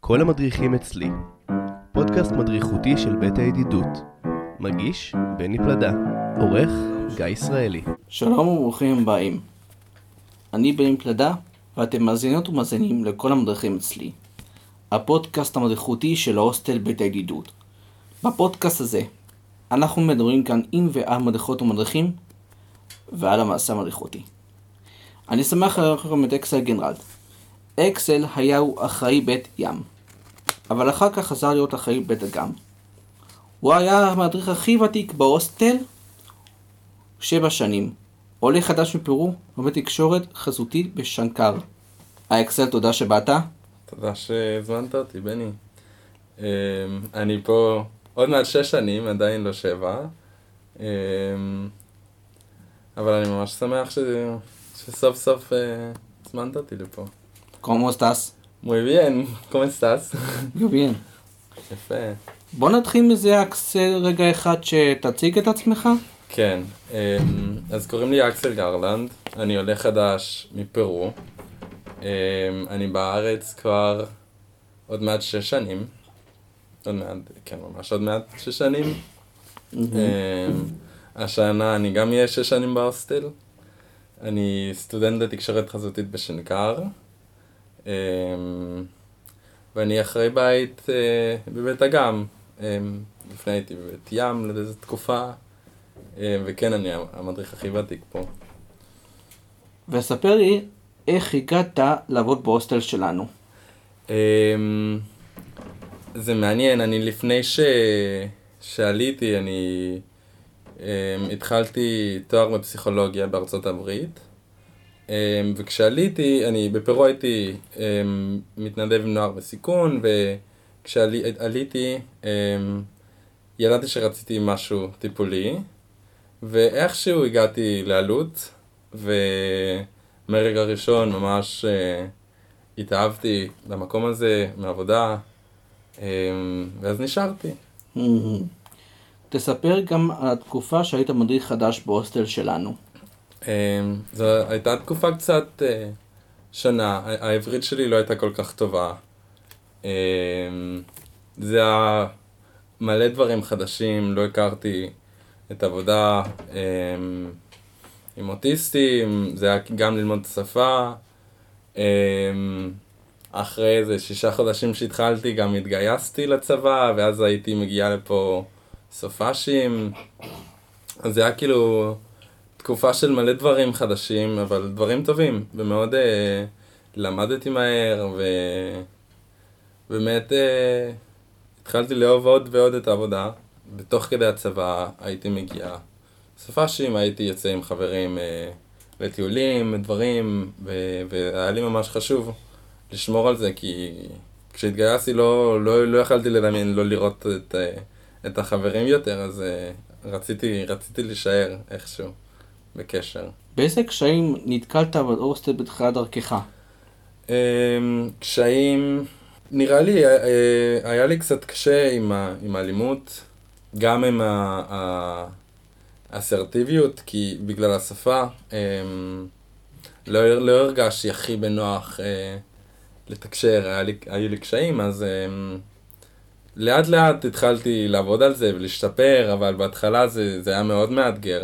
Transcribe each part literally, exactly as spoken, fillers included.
כל המדריכים אצלי, פודקאסט מדריכותי של בית הידידות. מגיש בני פלדה, עורך גיא ישראלי. שלום וברוכים הבאים. אני בני פלדה, ואתם מאזינות ומאזינים לכל המדריכים אצלי, הפודקאסט המדריכותי של ההוסטל בית הידידות. בפודקאסט הזה אנחנו מדברים כאן עם ועל מדריכות ומדריכים ועל המעשה המדריכותי. אני שמח להראות לכם את אקסל גנרלד. אקסל היה הוא אחראי בית ים, אבל אחר כך חזר להיות אחראי בית אגם. הוא היה המדריך הכי ותיק בהוסטל, שבע שנים. עולה חדש מפרו, לומד תקשורת חזותית בשנקר. האקסל, תודה שבאת. תודה שהזמנת אותי, בני. אני פה עוד מעט שש שנים, עדיין לא שבע. אבל אני ממש שמח ש... שסוף סוף הזמנת אותי לפה. ¿Cómo estás? Muy bien, ¿cómo estás? Yo bien. יפה. בוא נתחיל מזה, אקסל, רגע אחד שתציג את עצמך. כן, אז קוראים לי אקסל גרלנד, אני עולה חדש מפרו. אני בארץ כבר עוד מעט שש שנים. עוד מעט, כן, ממש עוד מעט שש שנים. השנה אני גם אהיה שש שנים בהוסטל. אני סטודנט לתקשורת חזותית בשנקר. ואני אחרי בית בבית אגם. לפני הייתי בבית ים לאיזו תקופה. וכן, אני המדריך הכי ותיק פה. וספר לי איך הגעת לעבוד בהוסטל שלנו. זה מעניין, אני לפני ש... שעליתי, אני התחלתי תואר בפסיכולוגיה בארצות הברית. וכשעליתי, אני בפרו הייתי מתנדב עם נוער בסיכון, וכשעליתי ידעתי שרציתי משהו טיפולי, ואיכשהו הגעתי לעלות, ומרגע ראשון ממש התאהבתי במקום הזה, מעבודה, ואז נשארתי. תספר גם על התקופה שהיית מדריך חדש בהוסטל שלנו. זו הייתה תקופה קצת שונה, העברית שלי לא הייתה כל כך טובה. זה היה מלא דברים חדשים, לא הכרתי את העבודה עם אוטיסטים, זה היה גם ללמוד את השפה. אחרי איזה שישה חודשים שהתחלתי גם התגייסתי לצבא, ואז הייתי מגיעה לפה סופאשים. אז זה היה כאילו תקופה של מלא דברים חדשים, אבל דברים טובים, ומאוד אה, למדתי מהר, ובאמת אה, התחלתי לאהוב עוד ועוד את העבודה. בתוך כדי הצבא הייתי מגיע סופאשים, הייתי יוצא עם חברים אה, לטיולים, דברים, ו- והיה לי ממש חשוב לשמור על זה, כי כשהתגייסתי לא, לא, לא יכלתי לדמיין, לא לראות את, את החברים יותר, אז רציתי, רציתי להישאר איכשהו בקשר. באיזה קשיים נתקלת בהוסטל בתחילת דרכך? קשיים, נראה לי, היה לי קצת קשה עם, ה, עם האלימות, גם עם האסרטיביות, כי בגלל השפה, לא, לא הרגשתי הכי בנוח לתקשר, היה לי, היו לי קשיים, אז um, לאט לאט התחלתי לעבוד על זה ולהשתפר, אבל בהתחלה זה, זה היה מאוד מאתגר.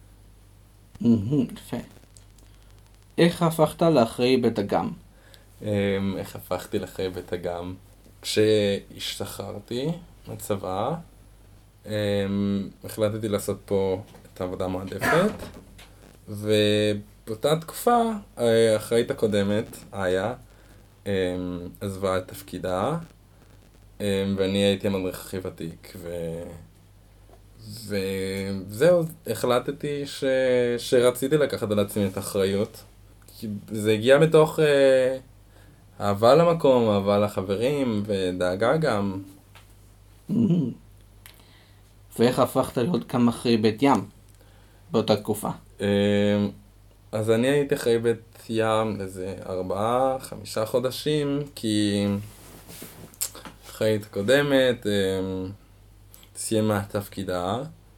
יפה. איך הפכת לאחראי בית אגם? Um, איך הפכתי לאחראי בית אגם? כשהשתחררתי מהצבא, um, החלטתי לעשות פה את העבודה המועדפת, ובאותה תקופה, האחראית הקודמת, איה, עזבה את תפקידה, ואני הייתי המדריך הכי ותיק, ו... וזהו, החלטתי ש... שרציתי לקחת על עצמי את האחריות. זה הגיע מתוך אה, אהבה למקום, אהבה לחברים, ודאגה גם. ואיך הפכת להיות גם אחראי בית ים באותה תקופה? אז אני הייתי אחראי בית ים לאיזה ארבעה, חמישה חודשים, כי אחראית קודמת סיימה את תפקידה,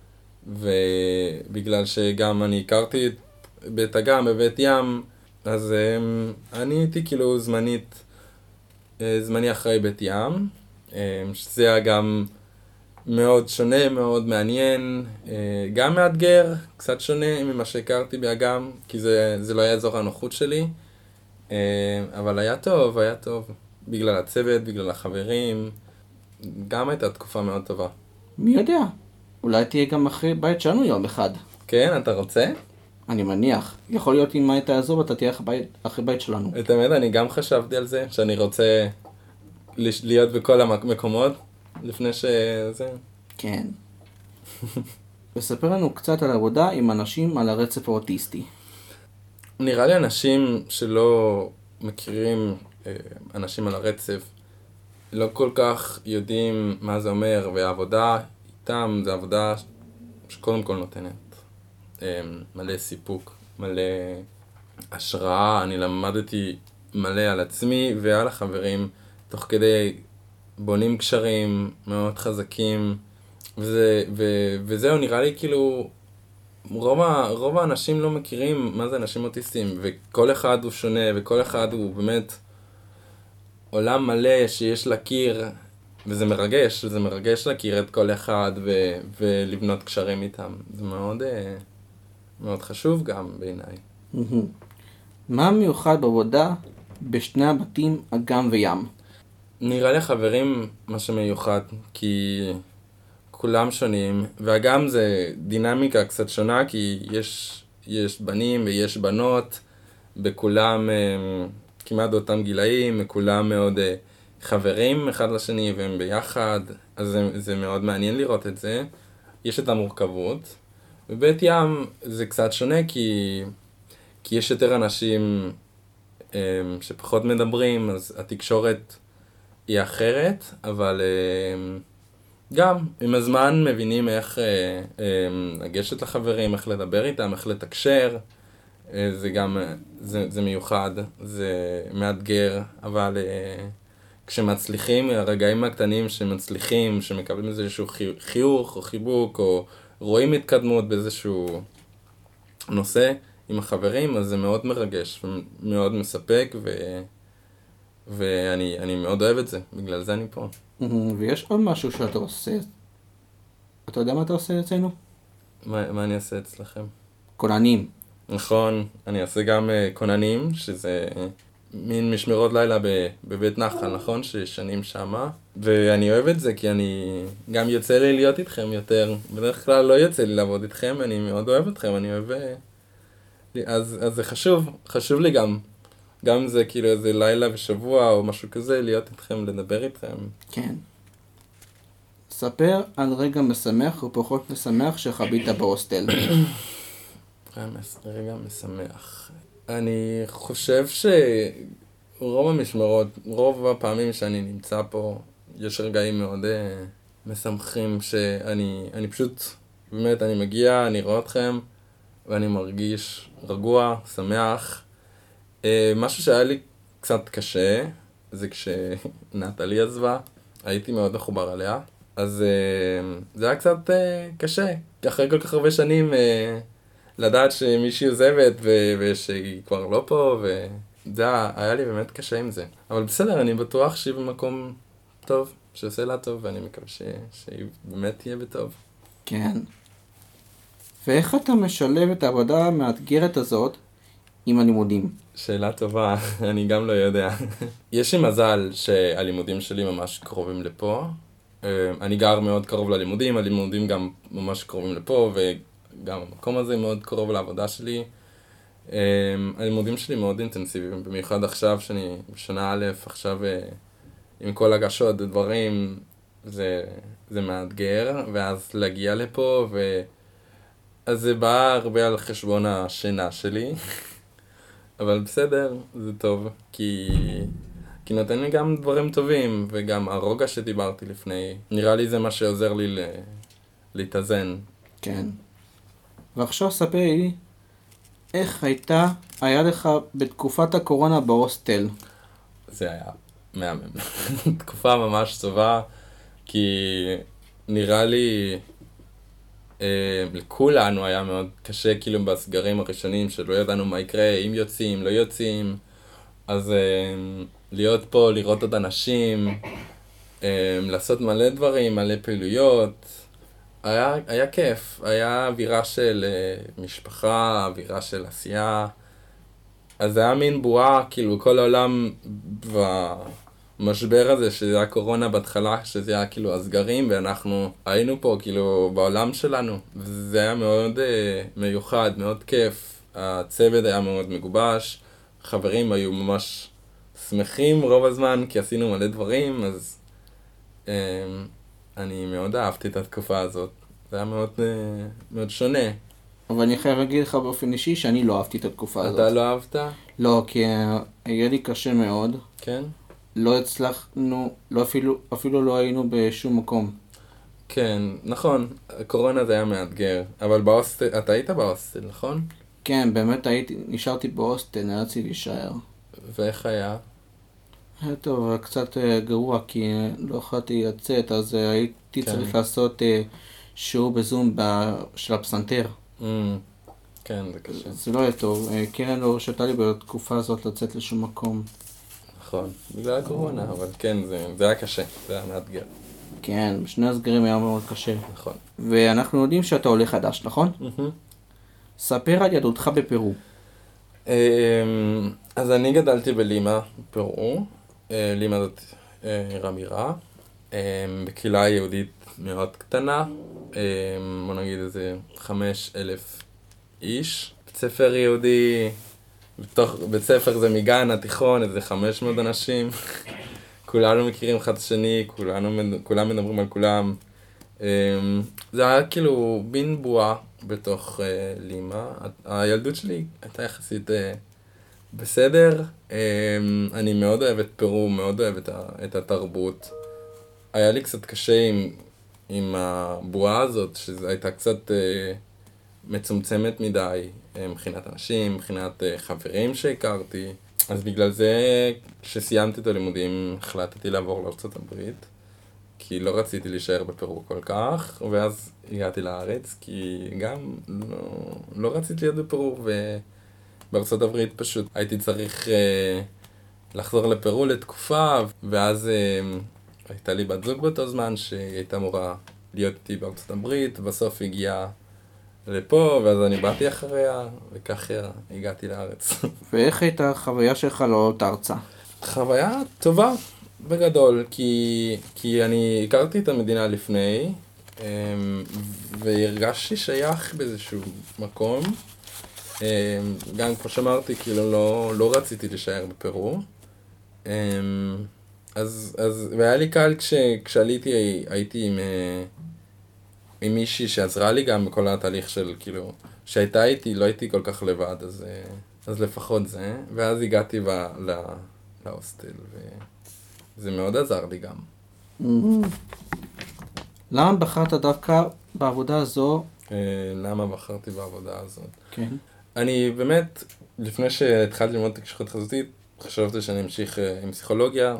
ובגלל שגם אני הכרתי את בית אגם בבית ים, אז אני הייתי כאילו זמנית אה, זמני אחרי בית ים, אה, שזה היה גם מאוד שונה, מאוד מעניין, אה, גם מאתגר, קצת שונה ממה שהכרתי באגם, כי זה, זה לא היה אזור הנוחות שלי, אה, אבל היה טוב, היה טוב, בגלל הצוות, בגלל החברים, גם הייתה תקופה מאוד טובה. מי יודע? אולי תהיה גם אחרי בית שלנו יום אחד. כן, אתה רוצה? אני מניח. יכול להיות אם היית תעזוב, אתה תהיה אחרי בית, אחרי בית שלנו. את האמת, אני גם חשבתי על זה, שאני רוצה לש- להיות בכל המקומות, לפני שזה... כן. וספר לנו קצת על עבודה עם אנשים על הרצף האוטיסטי. נראה לי אנשים שלא מכירים אה, אנשים על הרצף, לא כל כך יודעים מה זה אומר, והעבודה איתם זה עבודה שקודם כל נותנת אה, מלא סיפוק, מלא השראה. אני למדתי מלא על עצמי ועל החברים, תוך כדי בונים קשרים מאוד חזקים, וזה, ו, וזהו, נראה לי כאילו רוב, ה, רוב האנשים לא מכירים מה זה אנשים אוטיסטים, וכל אחד הוא שונה, וכל אחד הוא באמת עולם מלא שיש להכיר, וזה מרגש, זה מרגש להכיר את כל אחד ו, ולבנות קשרים איתם. זה מאוד, מאוד חשוב גם בעיניי. מה מיוחד בעבודה בשני הבתים, אגם וים? נראה לי חברים מה שמיוחד, כי כולם שונים, וגם זה דינמיקה קצת שונה, כי יש, יש בנים ויש בנות, בכולם כמעט באותם גילאים, כולם מאוד חברים אחד לשני והם ביחד, אז זה, זה מאוד מעניין לראות את זה. יש את המורכבות, ובית ים זה קצת שונה, כי, כי יש יותר אנשים שפחות מדברים, אז התקשורת היא אחרת, אבל גם עם הזמן מבינים איך לגשת לחברים, איך לדבר איתם, איך לתקשר. זה גם, זה, זה מיוחד, זה מאתגר, אבל כשמצליחים, הרגעים הקטנים שמצליחים, שמקבלים איזשהו חיוך או חיבוק, או רואים התקדמות באיזשהו נושא עם החברים, אז זה מאוד מרגש ומאוד מספק, ו... ואני אני מאוד אוהב את זה, בגלל זה אני פה. ויש עוד משהו שאתה עושה. אתה יודע מה אתה עושה אצלנו? מה, מה אני אעשה אצלכם? כוננים. נכון, אני אעשה גם uh, כוננים, שזה uh, מין משמרות לילה ב, בבית נחל, נכון? ששנים שמה. ואני אוהב את זה, כי אני גם יוצא לי להיות איתכם יותר. בדרך כלל לא יוצא לי לעבוד איתכם, אני מאוד אוהב אתכם, אני אוהב... Uh, אז, אז זה חשוב, חשוב לי גם. גם אם זה כאילו איזה לילה ושבוע או משהו כזה, להיות איתכם, לדבר איתכם. כן. ספר על רגע משמח ופחות משמח שחווית בהוסטל. רגע משמח. אני חושב שרוב המשמרות, רוב הפעמים שאני נמצא פה, יש רגעים מאוד משמחים שאני אני פשוט, באמת, אני מגיע, אני רואה אתכם, ואני מרגיש רגוע, שמח. משהו שהיה לי קצת קשה, זה כשנטלי עזבה, הייתי מאוד מחובר עליה, אז זה היה קצת קשה, אחרי כל כך הרבה שנים לדעת שמישהי עוזבת ו- ושהיא כבר לא פה, וזה היה לי באמת קשה עם זה. אבל בסדר, אני בטוח שהיא במקום טוב, שעושה לה טוב, ואני מקווה ש- שהיא באמת תהיה בטוב. כן. ואיך אתה משלב את העבודה המאתגרת הזאת עם הלימודים? שאלה טובה, אני גם לא יודע. יש לי מזל שהלימודים שלי ממש קרובים לפה. אני גר מאוד קרוב ללימודים, הלימודים גם ממש קרובים לפה, וגם המקום הזה מאוד קרוב לעבודה שלי. הלימודים שלי מאוד אינטנסיביים, במיוחד עכשיו שאני בשנה א', עכשיו עם כל הגשות ודברים, זה, זה מאתגר, ואז להגיע לפה, ו... אז זה בא הרבה על חשבון השינה שלי. אבל בסדר, זה טוב, כי, כי נותן לי גם דברים טובים, וגם הרוגע שדיברתי לפני, נראה לי זה מה שעוזר לי ל... להתאזן. כן. ועכשיו ספר לי, איך הייתה, היה לך בתקופת הקורונה בהוסטל? זה היה מהמם. תקופה ממש טובה, כי נראה לי... לכולנו היה מאוד קשה כאילו בסגרים הראשונים שלא ידענו מה יקרה, אם יוצאים, לא יוצאים, אז להיות פה, לראות עוד אנשים, לעשות מלא דברים, מלא פעילויות. היה, היה כיף, היה אווירה של משפחה, אווירה של עשייה. אז זה היה מין בועה, כאילו כל העולם במשבר הזה, שזה הקורונה בהתחלה, שזה היה כאילו הסגרים, ואנחנו היינו פה כאילו בעולם שלנו. וזה היה מאוד uh, מיוחד, מאוד כיף. הצוות היה מאוד מגובש, חברים היו ממש שמחים רוב הזמן, כי עשינו מלא דברים, אז um, אני מאוד אהבתי את התקופה הזאת. זה היה מאוד, uh, מאוד שונה. אבל אני חייב להגיד לך באופן אישי שאני לא אהבתי את התקופה הזאת. אתה לא אהבת? לא, כי היה לי קשה מאוד. כן? לא הצלחנו, לא אפילו, אפילו לא היינו בשום מקום. כן, נכון, הקורונה זה היה מאתגר, אבל בהוסטל, אתה היית בהוסטל, נכון? כן, באמת הייתי, נשארתי בהוסטל, נאלצתי להישאר. ואיך היה? היה טוב, קצת גרוע, כי לא יכולתי לצאת, אז הייתי כן. צריך לעשות שיעור בזום של הפסנתר. Mm, כן, זה קשה. זה לא היה טוב. קרן לא הרשתה לי בתקופה הזאת לצאת לשום מקום. נכון, בגלל הקורונה, אבל כן, זה, זה היה קשה, זה היה מאתגר. כן, בשני הסגרים היה מאוד קשה. נכון. ואנחנו יודעים שאתה עולה חדש, נכון? Mm-hmm. ספר על ילדותך בפרו. אז אני גדלתי בלימה, פרו. לימה זאת עיר הבירה. בקהילה יהודית מאוד קטנה. בוא נגיד איזה חמש אלף איש. בית ספר יהודי, בתוך בית ספר זה מגן התיכון, איזה חמש מאות אנשים. כולנו מכירים אחד את השני, כולנו, כולם מדברים על כולם. זה היה כאילו בין בועה בתוך uh, לימה. הילדות שלי הייתה יחסית uh, בסדר. Um, אני מאוד אוהב את פרו, מאוד אוהב את, ה, את התרבות. היה לי קצת קשה עם, עם הבועה הזאת, שזו הייתה קצת uh, מצומצמת מדי, uh, מבחינת אנשים, מבחינת uh, חברים שהכרתי. אז בגלל זה, כשסיימתי את הלימודים, החלטתי לעבור לארצות הברית. כי לא רציתי להישאר בפרו כל כך, ואז הגעתי לארץ, כי גם לא, לא רציתי להיות בפרו, ובארצות הברית פשוט הייתי צריך אה, לחזור לפרו לתקופה, ואז אה, הייתה לי בת זוג באותו זמן, שהיא הייתה אמורה להיות איתי בארצות הברית, בסוף הגיעה לפה, ואז אני באתי אחריה, וכך הגעתי לארץ. ואיך הייתה החוויה שלך לעלות ארצה? חוויה טובה. בגדול, כי, כי אני הכרתי את המדינה לפני, והרגשתי שייך באיזשהו מקום. גם כמו שאמרתי, כאילו לא, לא רציתי להישאר בפרו. אז, אז, והיה לי קל כש, כשעליתי, הייתי עם, עם מישהי שעזרה לי גם בכל התהליך של, כאילו, שהייתה איתי, לא הייתי כל כך לבד, אז, אז לפחות זה. ואז הגעתי ב, לה, להוסטל, ו... זה מאוד עזר לי גם. למה בחרת דווקא בעבודה הזו? למה בחרתי בעבודה הזאת? כן. אני באמת, לפני שהתחלתי ללמוד תקשורת חזותית, חשבתי שאני אמשיך עם פסיכולוגיה,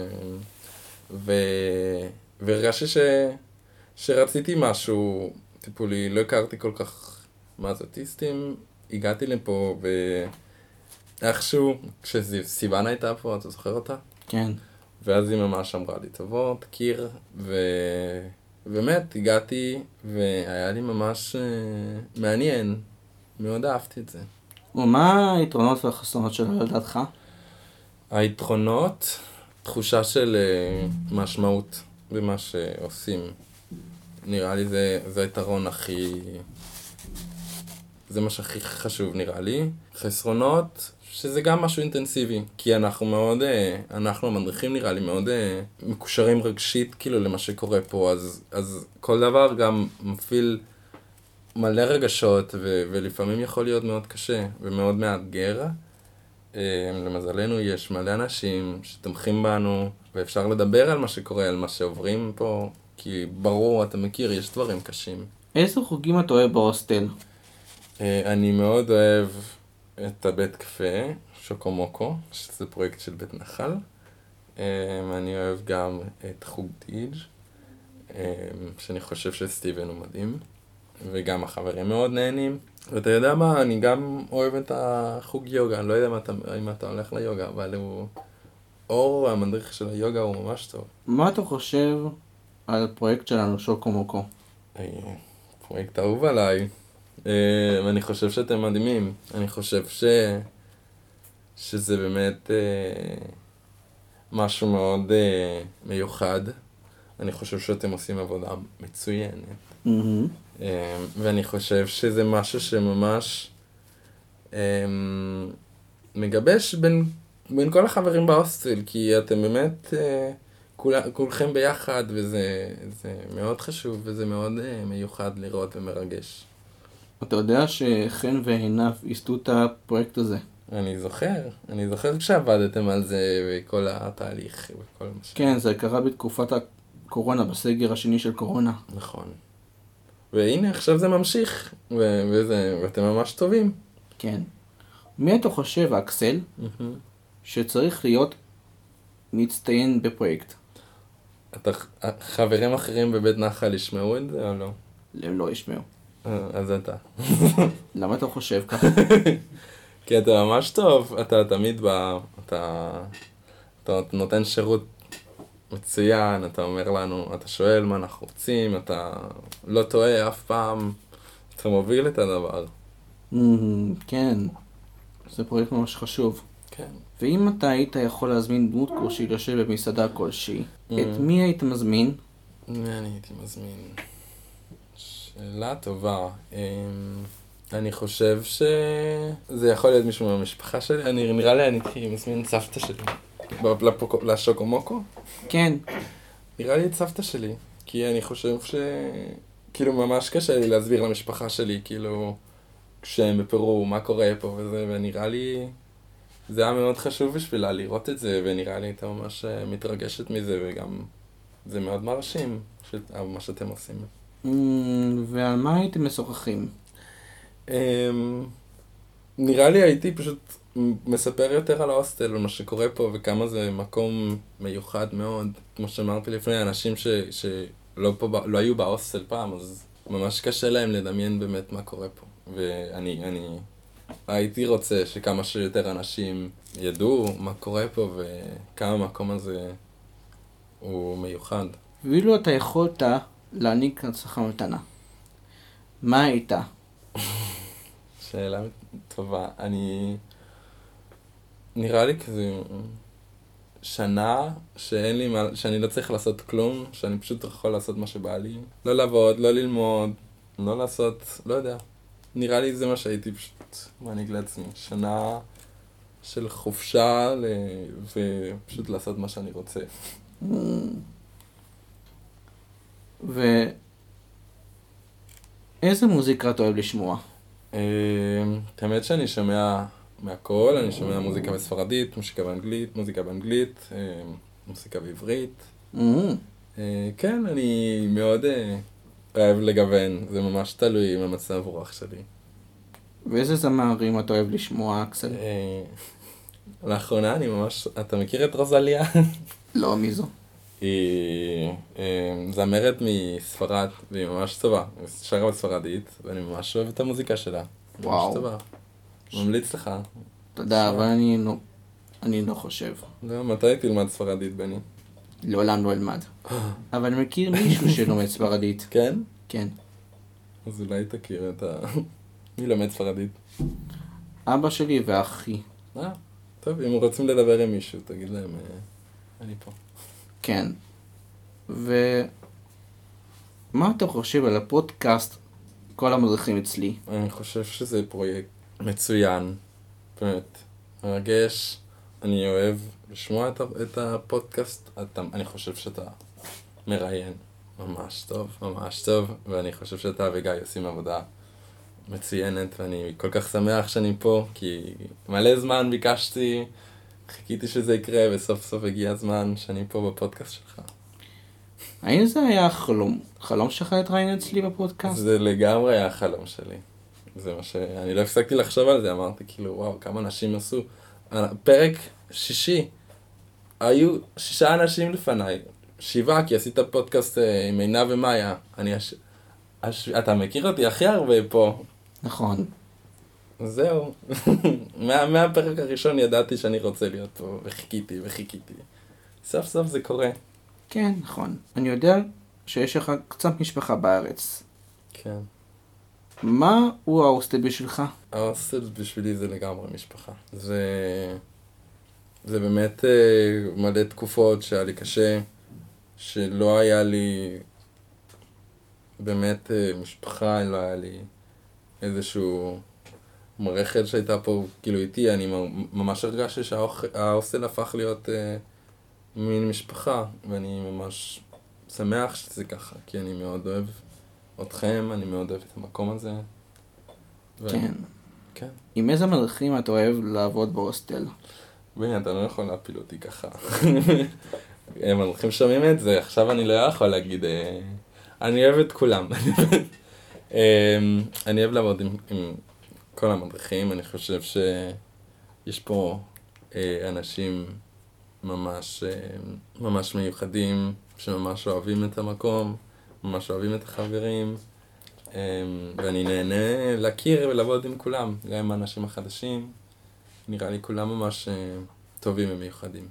והרגשתי ש... שרציתי משהו טיפולי, לא הכרתי כל כך מה זה אוטיסטים, הגעתי לפה ואיכשהו, כשסיוונה הייתה פה, אתה זוכר אותה? כן. ואז היא ממש אמרה לי, תבוא, תכיר, ובאמת הגעתי, והיה לי ממש uh, מעניין, מאוד אהבתי את זה. ומה היתרונות והחסרונות שלו לדעתך? היתרונות, תחושה של uh, משמעות במה שעושים. נראה לי זה, זה היתרון הכי, זה מה שהכי חשוב נראה לי. חסרונות, שזה גם משהו אינטנסיבי, כי אנחנו מאוד, אנחנו המדריכים נראה לי מאוד מקושרים רגשית כאילו למה שקורה פה, אז, אז כל דבר גם מפעיל מלא רגשות, ו, ולפעמים יכול להיות מאוד קשה ומאוד מאתגר. למזלנו יש מלא אנשים שתומכים בנו, ואפשר לדבר על מה שקורה, על מה שעוברים פה, כי ברור, אתה מכיר, יש דברים קשים. איזה חוגים אתה אוהב בהוסטל? אני מאוד אוהב את הבית קפה, שוקומוקו, שזה פרויקט של בית נחל. אני אוהב גם את חוג דיג', שאני חושב שסטיבן הוא מדהים, וגם החברים מאוד נהנים. ואתה יודע מה, אני גם אוהב את החוג יוגה, אני לא יודע אם אתה, אם אתה הולך ליוגה, אבל הוא, אור, המדריך של היוגה, הוא ממש טוב. מה אתה חושב על הפרויקט שלנו, שוקו מוקו? אה, פרויקט אהוב עליי. אה, ואני חושב שאתם מדהימים. אני חושב ש... שזה באמת אה, משהו מאוד אה, מיוחד. אני חושב שאתם עושים עבודה מצוינת. Mm-hmm. אה, ואני חושב שזה משהו שממש אה, מגבש בין, בין כל החברים בהוסטל, כי אתם באמת אה, כול, כולכם ביחד, וזה זה מאוד חשוב, וזה מאוד אה, מיוחד לראות ומרגש. אתה יודע שחן ועינב ייסדו את הפרויקט הזה. אני זוכר, אני זוכר כשעבדתם על זה וכל התהליך וכל מה ש... כן, זה קרה בתקופת הקורונה, בסגר השני של קורונה. נכון. והנה, עכשיו זה ממשיך, ו- וזה, ואתם ממש טובים. כן. מי אתה חושב, אקסל, שצריך להיות מצטיין בפרויקט? אתה, חברים אחרים בבית נחל ישמעו את זה או לא? הם לא ישמעו. אה, אז אתה. למה אתה חושב ככה? כי אתה ממש טוב, אתה תמיד בא, אתה, אתה נותן שירות מצוין, אתה אומר לנו, אתה שואל מה אנחנו רוצים, אתה לא טועה אף פעם, אתה מוביל את הדבר. כן, זה פרויקט ממש חשוב. כן. ואם אתה היית יכול להזמין דמות כלשהי לשבת במסעדה כלשהי, את מי היית מזמין? מי אני הייתי מזמין? שאלה טובה. אני חושב שזה יכול להיות מישהו מהמשפחה שלי. אני נראה לי אני הייתי מזמין את סבתא שלי. לשוקו מוקו? כן. נראה לי את סבתא שלי. כי אני חושב ש... כאילו ממש קשה לי להסביר למשפחה שלי, כאילו, כשהם בפרו, מה קורה פה וזה, ונראה לי... זה היה מאוד חשוב בשבילה לראות את זה, ונראה לי הייתה ממש מתרגשת מזה, וגם זה מאוד מרשים, מה שאתם עושים. ועל מה הייתם משוחחים? נראה לי הייתי פשוט מספר יותר על ההוסטל, על מה שקורה פה, וכמה זה מקום מיוחד מאוד. כמו שאמרתי לפני, אנשים ש, שלא פה, לא היו בהוסטל פעם, אז ממש קשה להם לדמיין באמת מה קורה פה. ואני אני הייתי רוצה שכמה שיותר אנשים ידעו מה קורה פה, וכמה המקום הזה הוא מיוחד. ואילו אתה יכולת להעניק לעצמך מתנה, מה הייתה? שאלה טובה. אני... נראה לי כזה... שנה שאין לי מה... שאני לא צריך לעשות כלום, שאני פשוט יכול לעשות מה שבא לי. לא לעבוד, לא ללמוד, לא לעשות... לא יודע. נראה לי זה מה שהייתי פשוט מעניק לעצמי. שנה של חופשה ל... ופשוט לעשות מה שאני רוצה. ואיזה מוזיקה אתה אוהב לשמוע? האמת שאני שומע מהכל, אני שומע מוזיקה בספרדית, מוזיקה באנגלית, מוזיקה באנגלית, מוזיקה בעברית. כן, אני מאוד אוהב לגוון, זה ממש תלוי עם המצב רוח שלי. ואיזה זמרים אתה אוהב לשמוע, אקסל? לאחרונה אני ממש... אתה מכיר את רוזליה? לא, מי זו? היא זמרת מספרד, והיא ממש טובה. היא שרה בספרדית, ואני ממש אוהב את המוזיקה שלה. וואו. ממש טובה. ממליץ לך. תודה, אבל אני לא... אני לא חושב. לא, מתי תלמד ספרדית, בני? לעולם לא אלמד. אבל אני מכיר מישהו שלומד ספרדית. כן? כן. אז אולי תכיר את ה... מי לומד ספרדית? אבא שלי ואחי. אה, טוב, אם רוצים לדבר עם מישהו, תגיד להם, אני פה. כן. ומה אתה חושב על הפודקאסט כל המדריכים אצלי? אני חושב שזה פרויקט מצוין, באמת, מרגש. אני אוהב לשמוע את, את הפודקאסט. אתה, אני חושב שאתה מראיין ממש טוב, ממש טוב, ואני חושב שאתה וגיא עושים עבודה מצוינת, ואני כל כך שמח שאני פה, כי מלא זמן ביקשתי, חיכיתי שזה יקרה, וסוף סוף הגיע הזמן שאני פה בפודקאסט שלך. האם זה היה החלום? חלום שלך להתראיין אצלי בפודקאסט? זה לגמרי היה החלום שלי. זה מה ש... אני לא הפסקתי לחשוב על זה, אמרתי כאילו, וואו, כמה אנשים עשו. פרק שישי, היו שישה אנשים לפניי, שבעה, כי עשית פודקאסט עם עינב ומאיה. אני... הש... הש... אתה מכיר אותי הכי הרבה פה. נכון. זהו. מה, מהפרק הראשון ידעתי שאני רוצה להיות פה, וחיכיתי וחיכיתי. סוף סוף זה קורה. כן, נכון. אני יודע שיש לך קצת משפחה בארץ. כן. מה הוא ההוסטל בשבילך? ההוסטל בשבילי זה לגמרי משפחה. זה... זה באמת אה, מלא תקופות שהיה לי קשה, שלא היה לי באמת אה, משפחה, לא היה לי איזשהו מערכת שהייתה פה כאילו איתי. אני ממש הרגשתי שההוסטל הפך להיות אה, מין משפחה, ואני ממש שמח שזה ככה, כי אני מאוד אוהב אתכם, אני מאוד אוהב את המקום הזה. ו... כן. כן. עם איזה מדריכים אתה אוהב לעבוד בהוסטל? בני, אתה לא יכול להפיל אותי ככה. הם הולכים שומעים את זה, עכשיו אני לא יכול להגיד, אה, אני אוהב את כולם. אה, אני אוהב לעבוד עם, עם כל המדריכים, אני חושב שיש פה אה, אנשים ממש, אה, ממש מיוחדים, שממש אוהבים את המקום, ממש אוהבים את החברים, אה, ואני נהנה להכיר ולעבוד עם כולם, גם עם האנשים החדשים. נראה לי כולם ממש uh, טובים ומיוחדים.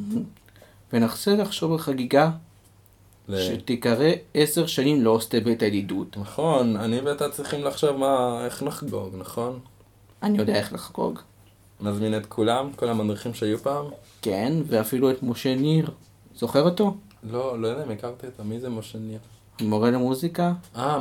ונחזור לחשוב על חגיגה ל... שתיקרא עשר שנים להוסטל בית הידידות. נכון, אני ואתה צריכים לחשוב מה, איך נחגוג, נכון? אני יודע איך לחגוג. נזמין את כולם, כל המדריכים שהיו פעם? כן, ואפילו את משה ניר. זוכר אותו? לא, לא יודע אם הכרתי אותו, מי זה משה ניר? מורה למוזיקה? אה,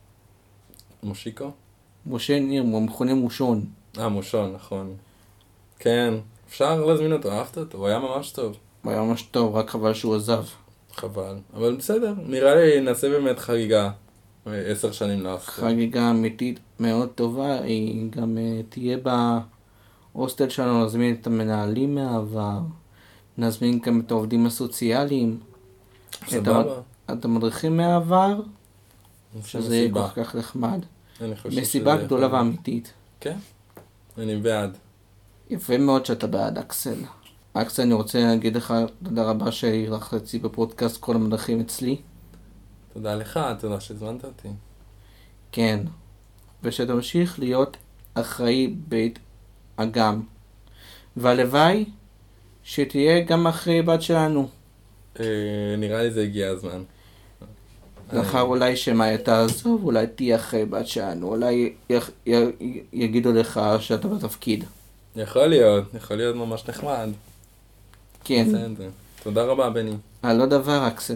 מושיקו? משה ניר, הוא מכונה מושון. אה, מושון, נכון. כן, אפשר להזמין אותו, אהבת אותו, הוא היה ממש טוב. הוא היה ממש טוב, רק חבל שהוא עזב. חבל, אבל בסדר, נראה לי נעשה באמת חגיגה, עשר שנים להוסטל. חגיגה אמיתית מאוד טובה, היא גם uh, תהיה בהוסטל שלנו, נזמין את המנהלים מהעבר, נזמין גם את העובדים הסוציאליים, את, המד... את המדריכים מהעבר, שזה יהיה כל כך נחמד. מסיבה גדולה ואמיתית. כן, אני בעד. יפה מאוד שאתה בעד, אקסל. אקסל, אני רוצה להגיד לך תודה רבה שהירחת אצלי בפודקאסט כל המדריכים אצלי. תודה לך, תודה שהזמנת אותי. כן, ושתמשיך להיות אחראי בית אגם. והלוואי שתהיה גם אחראי בת שלנו. אה, נראה לי זה הגיע הזמן. לאחר אולי שמאיה תעזוב, אולי תהיה אחראי בת שלנו, אולי י- י- יגידו לך שאתה בתפקיד. יכול להיות, יכול להיות ממש נחמד. כן. בסדר. תודה רבה, בני. על לא דבר, אקסל.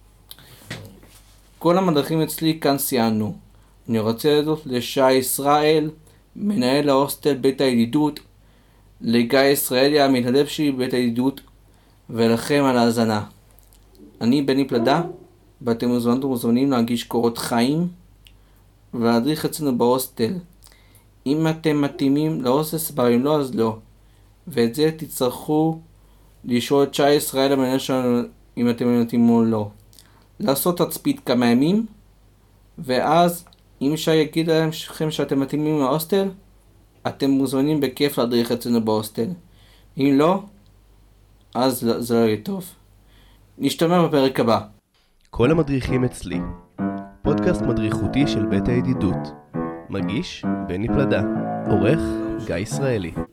כל המדריכים אצלי כאן סיימנו. אני רוצה להודות לשי ישראל, מנהל ההוסטל בית הידידות, לגיא ישראלי המתנדב שלי בבית הידידות, ולכם על ההאזנה. אני בני פלדה, ואתם מוזמנים ומוזמנים להגיש קורות חיים ולהדריך אצלנו בהוסטל. אם אתם מתאימים להוסטל סבבה, אם לא אז לא. ואת זה תצטרכו לשאול את שי ישראל המנהל שלנו אם אתם מתאימים או לא. לעשות תצפית כמה ימים, ואז אם שי יגיד לכם שאתם מתאימים להוסטל, אתם מוזמנים בכיף להדריך אצלנו בהוסטל. אם לא, אז זה לא יהיה טוב. נשתמע בפרק הבא. כל המדריכים אצלי, פודקאסט מדריכותי של בית הידידות. מגיש בני פלדה, עורך גיא ישראלי.